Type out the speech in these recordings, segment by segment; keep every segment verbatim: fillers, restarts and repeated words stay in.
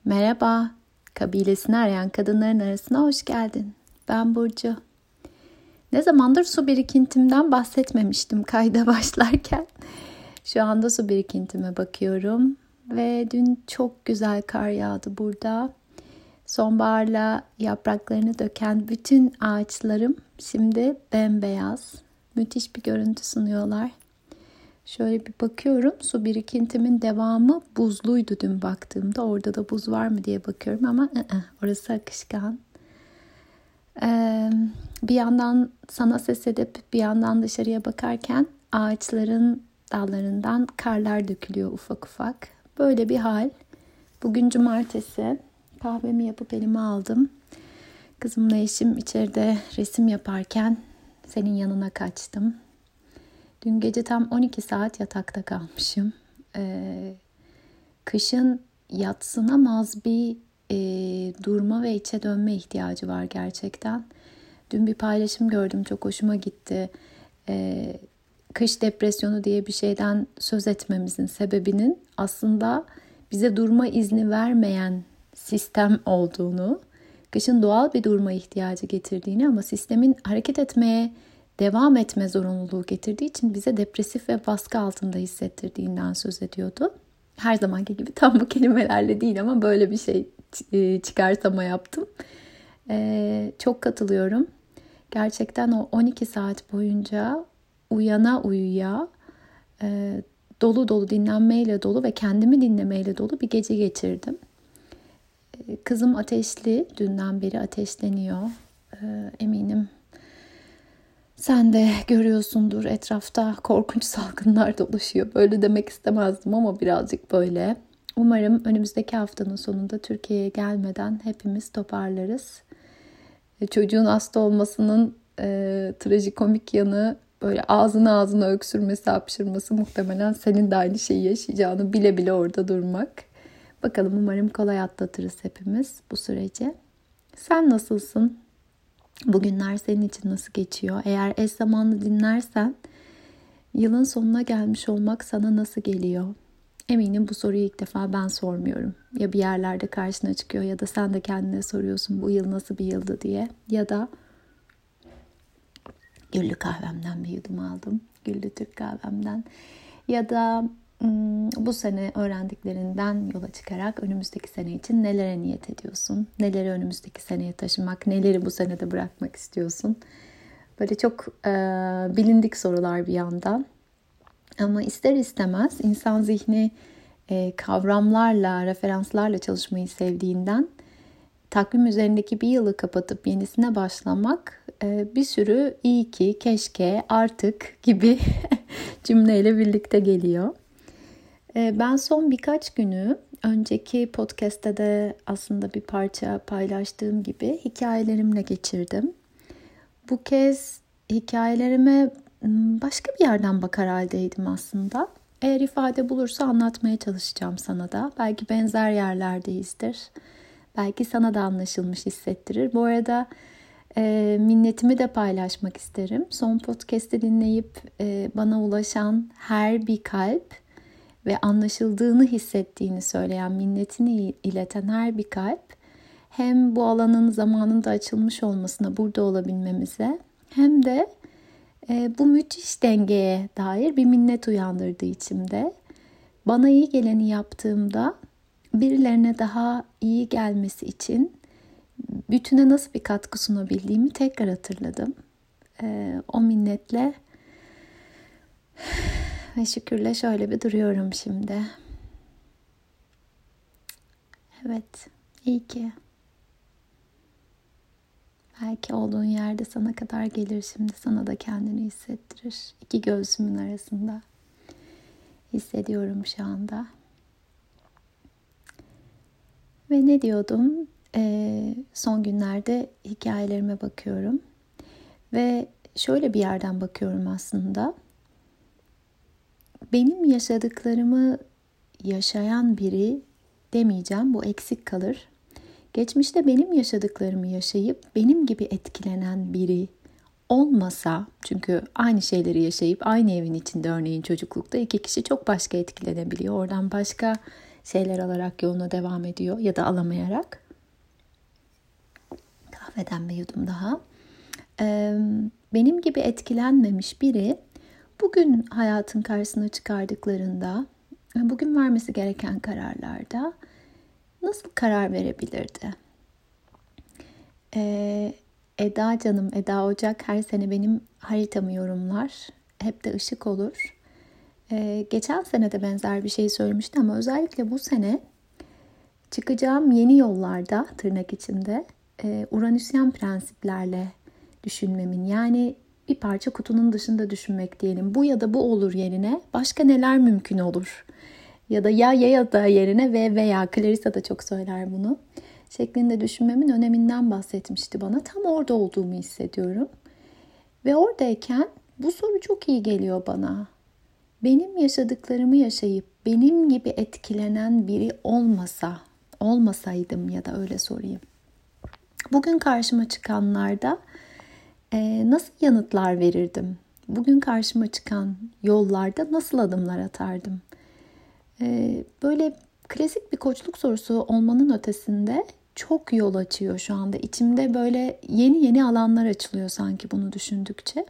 Merhaba, kabilesini arayan kadınların arasına hoş geldin. Ben Burcu. Ne zamandır su birikintimden bahsetmemiştim kayda başlarken. Şu anda su birikintime bakıyorum ve dün çok güzel kar yağdı burada. Sonbaharla yapraklarını döken bütün ağaçlarım şimdi bembeyaz. Müthiş bir görüntü sunuyorlar. Şöyle bir bakıyorum, su birikintimin devamı buzluydu dün baktığımda. Orada da buz var mı diye bakıyorum ama ı-ı, orası akışkan. Ee, bir yandan sana ses edip bir yandan dışarıya bakarken ağaçların dallarından karlar dökülüyor ufak ufak. Böyle bir hal. Bugün cumartesi. Kahvemi yapıp elime aldım. Kızımla eşim içeride resim yaparken senin yanına kaçtım. Dün gece tam on iki saat yatakta kalmışım. Ee, kışın yadsınamaz bir e, durma ve içe dönme ihtiyacı var gerçekten. Dün bir paylaşım gördüm, çok hoşuma gitti. Ee, kış depresyonu diye bir şeyden söz etmemizin sebebinin aslında bize durma izni vermeyen sistem olduğunu, kışın doğal bir durma ihtiyacı getirdiğini ama sistemin hareket etmeye devam etme zorunluluğu getirdiği için bize depresif ve baskı altında hissettirdiğinden söz ediyordu. Her zamanki gibi tam bu kelimelerle değil ama böyle bir şey çıkarsama yaptım. Ee, çok katılıyorum. Gerçekten o on iki saat boyunca uyana uyuya e, dolu dolu dinlenmeyle dolu ve kendimi dinlemeyle dolu bir gece geçirdim. Ee, kızım ateşli, dünden beri ateşleniyor. Ee, eminim sen de görüyorsundur, etrafta korkunç salgınlar dolaşıyor. Böyle demek istemezdim ama birazcık böyle. Umarım önümüzdeki haftanın sonunda Türkiye'ye gelmeden hepimiz toparlarız. Çocuğun hasta olmasının e, trajikomik yanı böyle ağzına ağzına öksürmesi, hapşırması, muhtemelen senin de aynı şeyi yaşayacağını bile bile orada durmak. Bakalım, umarım kolay atlatırız hepimiz bu süreci. Sen nasılsın? Bugünler senin için nasıl geçiyor? Eğer eş zamanlı dinlersen yılın sonuna gelmiş olmak sana nasıl geliyor? Eminim bu soruyu ilk defa ben sormuyorum. Ya bir yerlerde karşına çıkıyor ya da sen de kendine soruyorsun bu yıl nasıl bir yıldı diye. Ya da güllü kahvemden bir yudum aldım. Güllü Türk kahvemden. Ya da bu sene öğrendiklerinden yola çıkarak önümüzdeki sene için nelere niyet ediyorsun? Neleri önümüzdeki seneye taşımak, neleri bu senede bırakmak istiyorsun? Böyle çok e, bilindik sorular bir yandan. Ama ister istemez insan zihni e, kavramlarla, referanslarla çalışmayı sevdiğinden takvim üzerindeki bir yılı kapatıp yenisine başlamak e, bir sürü iyi ki, keşke, artık gibi cümleyle birlikte geliyor. Ben son birkaç günü önceki podcast'te de aslında bir parça paylaştığım gibi hikayelerimle geçirdim. Bu kez hikayelerime başka bir yerden bakar haldeydim aslında. Eğer ifade bulursa anlatmaya çalışacağım sana da. Belki benzer yerlerdeyizdir. Belki sana da anlaşılmış hissettirir. Bu arada e, minnetimi de paylaşmak isterim. Son podcast'i dinleyip e, bana ulaşan her bir kalp ve anlaşıldığını hissettiğini söyleyen, minnetini ileten her bir kalp hem bu alanın zamanında açılmış olmasına, burada olabilmemize hem de e, bu müthiş dengeye dair bir minnet uyandırdı içimde. Bana iyi geleni yaptığımda birilerine daha iyi gelmesi için bütüne nasıl bir katkı sunabildiğimi tekrar hatırladım. E, o minnetle ve şükürle şöyle bir duruyorum şimdi. Evet, iyi ki. Belki olduğun yerde sana kadar gelir şimdi, sana da kendini hissettirir. İki göğsümün arasında hissediyorum şu anda. Ve ne diyordum? Ee, son günlerde hikayelerime bakıyorum. Ve şöyle bir yerden bakıyorum aslında. Benim yaşadıklarımı yaşayan biri demeyeceğim, bu eksik kalır. Geçmişte benim yaşadıklarımı yaşayıp benim gibi etkilenen biri olmasa, çünkü aynı şeyleri yaşayıp aynı evin içinde örneğin çocuklukta iki kişi çok başka etkilenebiliyor. Oradan başka şeyler alarak yoluna devam ediyor ya da alamayarak. Kahveden bir yudum daha. Ee, benim gibi etkilenmemiş biri bugün hayatın karşısına çıkardıklarında, bugün vermesi gereken kararlarda nasıl karar verebilirdi? Ee, Eda canım, Eda Ocak her sene benim haritamı yorumlar. Hep de ışık olur. Ee, geçen sene de benzer bir şey söylemişti ama özellikle bu sene çıkacağım yeni yollarda, tırnak içinde, e, Uranüsyen prensiplerle düşünmemin, yani bir parça kutunun dışında düşünmek diyelim. Bu ya da bu olur yerine başka neler mümkün olur? Ya da ya ya ya da yerine ve veya, Clarissa da çok söyler bunu, şeklinde düşünmemin öneminden bahsetmişti bana. Tam orada olduğumu hissediyorum. Ve oradayken bu soru çok iyi geliyor bana. Benim yaşadıklarımı yaşayıp benim gibi etkilenen biri olmasa, olmasaydım ya da öyle sorayım. Bugün karşıma çıkanlarda e, nasıl yanıtlar verirdim? Bugün karşıma çıkan yollarda nasıl adımlar atardım? E, böyle klasik bir koçluk sorusu olmanın ötesinde çok yol açıyor şu anda. İçimde böyle yeni yeni alanlar açılıyor sanki bunu düşündükçe.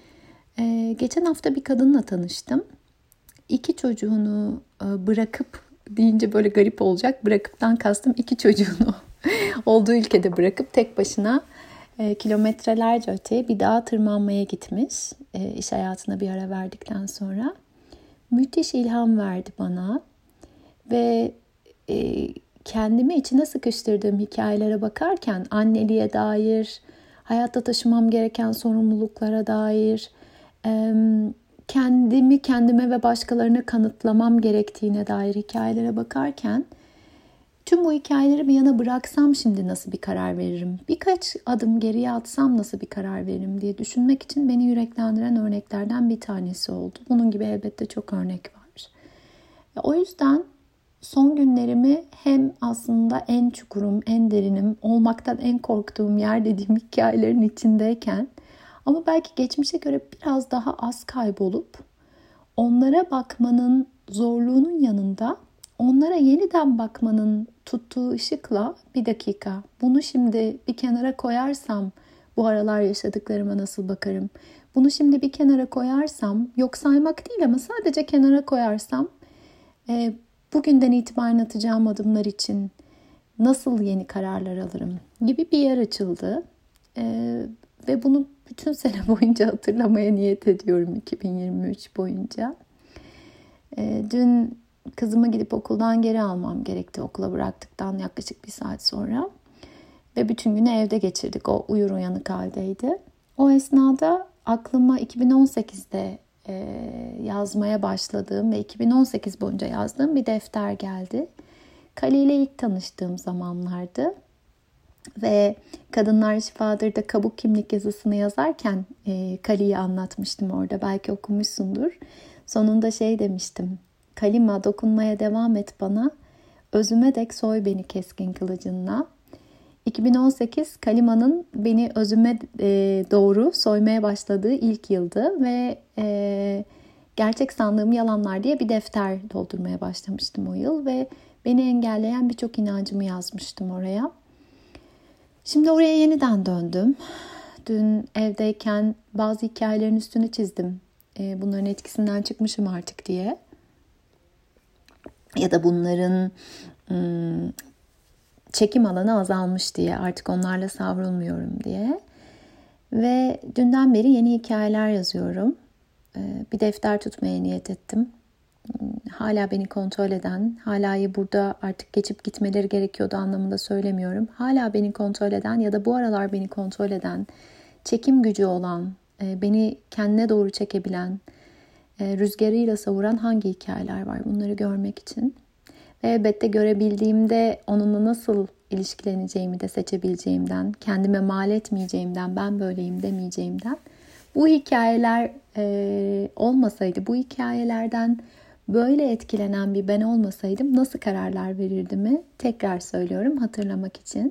E, geçen hafta bir kadınla tanıştım. İki çocuğunu bırakıp, deyince böyle garip olacak, bırakıptan kastım iki çocuğunu olduğu ülkede bırakıp tek başına e, kilometrelerce öteye bir dağa tırmanmaya gitmiş. E, iş hayatına bir ara verdikten sonra. Müthiş ilham verdi bana. Ve e, kendimi içine sıkıştırdığım hikayelere bakarken anneliğe dair, hayatta taşımam gereken sorumluluklara dair, e, kendimi kendime ve başkalarına kanıtlamam gerektiğine dair hikayelere bakarken tüm bu hikayeleri bir yana bıraksam şimdi nasıl bir karar veririm? Birkaç adım geriye atsam nasıl bir karar veririm diye düşünmek için beni yüreklendiren örneklerden bir tanesi oldu. Bunun gibi elbette çok örnek var. O yüzden son günlerimi hem aslında en çukurum, en derinim, olmaktan en korktuğum yer dediğim hikayelerin içindeyken, ama belki geçmişe göre biraz daha az kaybolup onlara bakmanın zorluğunun yanında onlara yeniden bakmanın tuttuğu ışıkla, bir dakika bunu şimdi bir kenara koyarsam bu aralar yaşadıklarıma nasıl bakarım? Bunu şimdi bir kenara koyarsam, yok saymak değil ama sadece kenara koyarsam e, bugünden itibaren atacağım adımlar için nasıl yeni kararlar alırım gibi bir yer açıldı. E, ve bunu bütün sene boyunca hatırlamaya niyet ediyorum, iki bin yirmi üç boyunca. E, dün kızımı gidip okuldan geri almam gerekti, okula bıraktıktan yaklaşık bir saat sonra. Ve bütün günü evde geçirdik. O uyur uyanık haldeydi. O esnada aklıma iki bin on sekizde e, yazmaya başladığım ve iki bin on sekiz boyunca yazdığım bir defter geldi. Kali ile ilk tanıştığım zamanlardı. Ve Kadınlar Şifadır'da kabuk kimlik yazısını yazarken e, Kali'yi anlatmıştım orada. Belki okumuşsundur. Sonunda şey demiştim. Kalima, dokunmaya devam et bana. Özüme dek soy beni keskin kılıcınla. iki bin on sekiz Kalima'nın beni özüme e, doğru soymaya başladığı ilk yıldı. Ve e, Gerçek Sandığım Yalanlar diye bir defter doldurmaya başlamıştım o yıl. Ve beni engelleyen birçok inancımı yazmıştım oraya. Şimdi oraya yeniden döndüm. Dün evdeyken bazı hikayelerin üstünü çizdim. E, bunların etkisinden çıkmışım artık diye. Ya da bunların ım, çekim alanı azalmış diye, artık onlarla savrulmuyorum diye. Ve dünden beri yeni hikayeler yazıyorum. E, bir defter tutmaya niyet ettim. Hala beni kontrol eden, halayı burada artık geçip gitmeleri gerekiyordu anlamında söylemiyorum. Hala beni kontrol eden ya da bu aralar beni kontrol eden, çekim gücü olan, beni kendine doğru çekebilen, rüzgarıyla savuran hangi hikayeler var, bunları görmek için. Ve elbette görebildiğimde onunla nasıl ilişkileneceğimi de seçebileceğimden, kendime mal etmeyeceğimden, ben böyleyim demeyeceğimden, bu hikayeler e, olmasaydı, bu hikayelerden böyle etkilenen bir ben olmasaydım nasıl kararlar verirdimi tekrar söylüyorum hatırlamak için.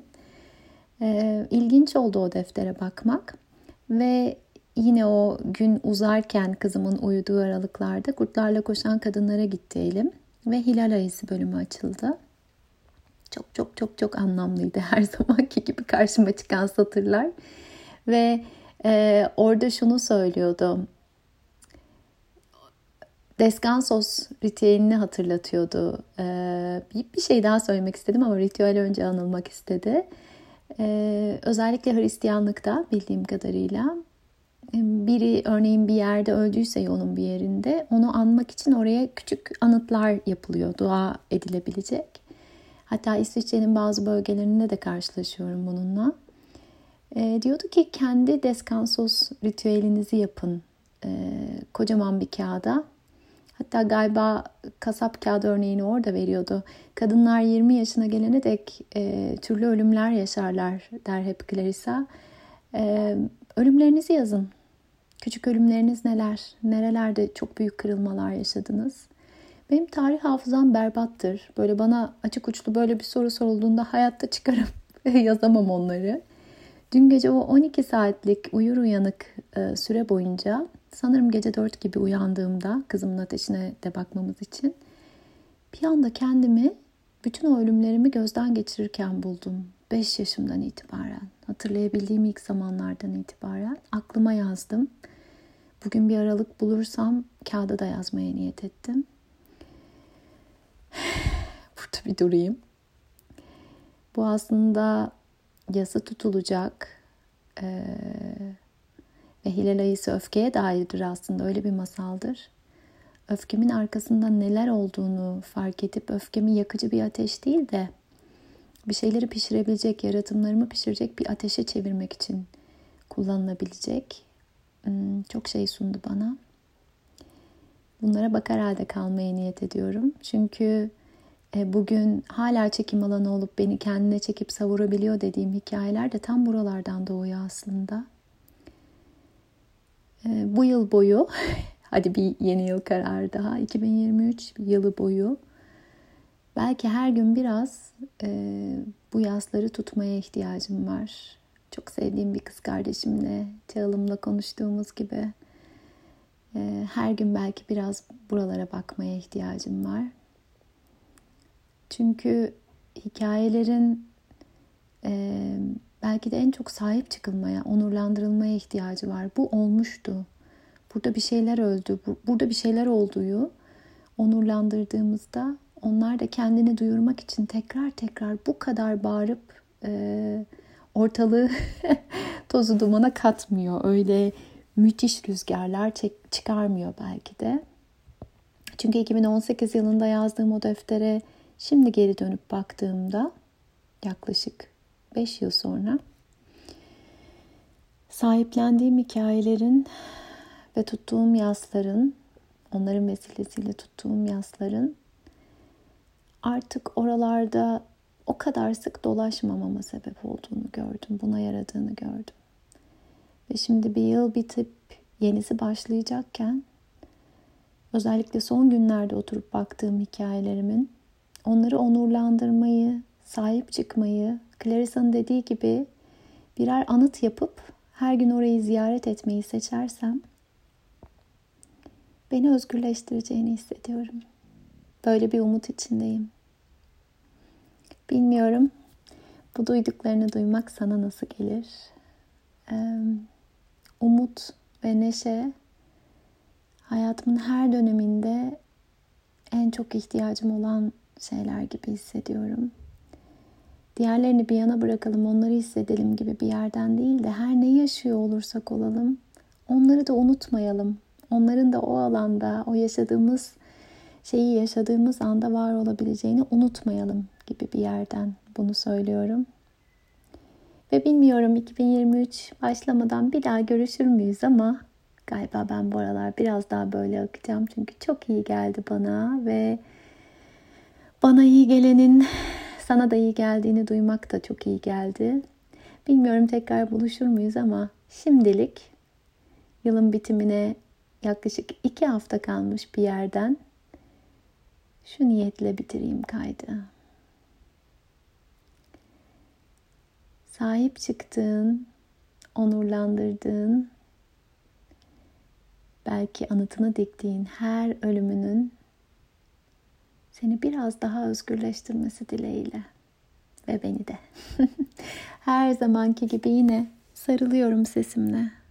E, ilginç oldu o deftere bakmak. Ve yine o gün uzarken kızımın uyuduğu aralıklarda Kurtlarla Koşan Kadınlara gitti elim. ve Hilal Ayısı bölümü açıldı. Çok çok çok çok anlamlıydı her zamanki gibi karşıma çıkan satırlar. Ve e, orada şunu söylüyordu. Descansos ritüelini hatırlatıyordu. E, bir şey daha söylemek istedim ama ritüel önce anılmak istedi. E, özellikle Hristiyanlıkta bildiğim kadarıyla biri örneğin bir yerde öldüyse yolun bir yerinde onu anmak için oraya küçük anıtlar yapılıyor. Dua edilebilecek. Hatta İsviçre'nin bazı bölgelerinde de karşılaşıyorum bununla. E, diyordu ki kendi descansos ritüelinizi yapın. E, kocaman bir kağıda. Hatta galiba kasap kağıdı örneğini orada veriyordu. Kadınlar yirmi yaşına gelene dek e, türlü ölümler yaşarlar der hep Clarissa. E, ölümlerinizi yazın. Küçük ölümleriniz neler? Nerelerde çok büyük kırılmalar yaşadınız? Benim tarih hafızam berbattır. Böyle bana açık uçlu böyle bir soru sorulduğunda hayatta çıkarıp yazamam onları. Dün gece o on iki saatlik uyur uyanık e, süre boyunca sanırım gece dört gibi uyandığımda kızımın ateşine de bakmamız için bir anda kendimi bütün o ölümlerimi gözden geçirirken buldum. beş yaşımdan itibaren, hatırlayabildiğim ilk zamanlardan itibaren aklıma yazdım. Bugün bir aralık bulursam kağıda da yazmaya niyet ettim. Burada bir durayım. Bu aslında yasa tutulacak ee, ve Hilal Ayısı öfkeye dairdir aslında, öyle bir masaldır. Öfkemin arkasında neler olduğunu fark edip öfkemi yakıcı bir ateş değil de bir şeyleri pişirebilecek, yaratımlarımı pişirecek bir ateşe çevirmek için kullanılabilecek çok şey sundu bana. Bunlara bakar halde kalmaya niyet ediyorum. Çünkü bugün hala çekim alanı olup beni kendine çekip savurabiliyor dediğim hikayeler de tam buralardan doğuyor aslında. Bu yıl boyu, hadi bir yeni yıl kararı daha, iki bin yirmi üç yılı boyu belki her gün biraz e, bu yasları tutmaya ihtiyacım var. Çok sevdiğim bir kız kardeşimle, Çağıl'ımla konuştuğumuz gibi e, her gün belki biraz buralara bakmaya ihtiyacım var. Çünkü hikayelerin e, belki de en çok sahip çıkılmaya, onurlandırılmaya ihtiyacı var. Bu olmuştu. Burada bir şeyler öldü, bu, burada bir şeyler olduğu onurlandırdığımızda onlar da kendini duyurmak için tekrar tekrar bu kadar bağırıp e, ortalığı tozu dumana katmıyor. Öyle müthiş rüzgarlar çek, çıkarmıyor belki de. Çünkü iki bin on sekiz yılında yazdığım o deftere şimdi geri dönüp baktığımda yaklaşık beş yıl sonra sahiplendiğim hikayelerin ve tuttuğum yasların, onların vesilesiyle tuttuğum yasların artık oralarda o kadar sık dolaşmamama sebep olduğunu gördüm. Buna yaradığını gördüm. Ve şimdi bir yıl bitip yenisi başlayacakken özellikle son günlerde oturup baktığım hikayelerimin onları onurlandırmayı, sahip çıkmayı, Clarissa'nın dediği gibi birer anıt yapıp her gün orayı ziyaret etmeyi seçersem beni özgürleştireceğini hissediyorum. Böyle bir umut içindeyim. Bilmiyorum, bu duyduklarını duymak sana nasıl gelir? Ee, umut ve neşe hayatımın her döneminde en çok ihtiyacım olan şeyler gibi hissediyorum. Diğerlerini bir yana bırakalım, onları hissedelim gibi bir yerden değil de her ne yaşıyor olursak olalım, onları da unutmayalım. Onların da o alanda, o yaşadığımız şeyi yaşadığımız anda var olabileceğini unutmayalım gibi bir yerden bunu söylüyorum. Ve bilmiyorum iki bin yirmi üç başlamadan bir daha görüşür müyüz ama galiba ben bu aralar biraz daha böyle akacağım. Çünkü çok iyi geldi bana ve bana iyi gelenin sana da iyi geldiğini duymak da çok iyi geldi. Bilmiyorum tekrar buluşur muyuz ama şimdilik yılın bitimine yaklaşık iki hafta kalmış bir yerden şu niyetle bitireyim kaydı. Sahip çıktığın, onurlandırdığın, belki anıtını diktiğin her ölümünün seni biraz daha özgürleştirmesi dileğiyle. Ve beni de. Her zamanki gibi yine sarılıyorum sesimle.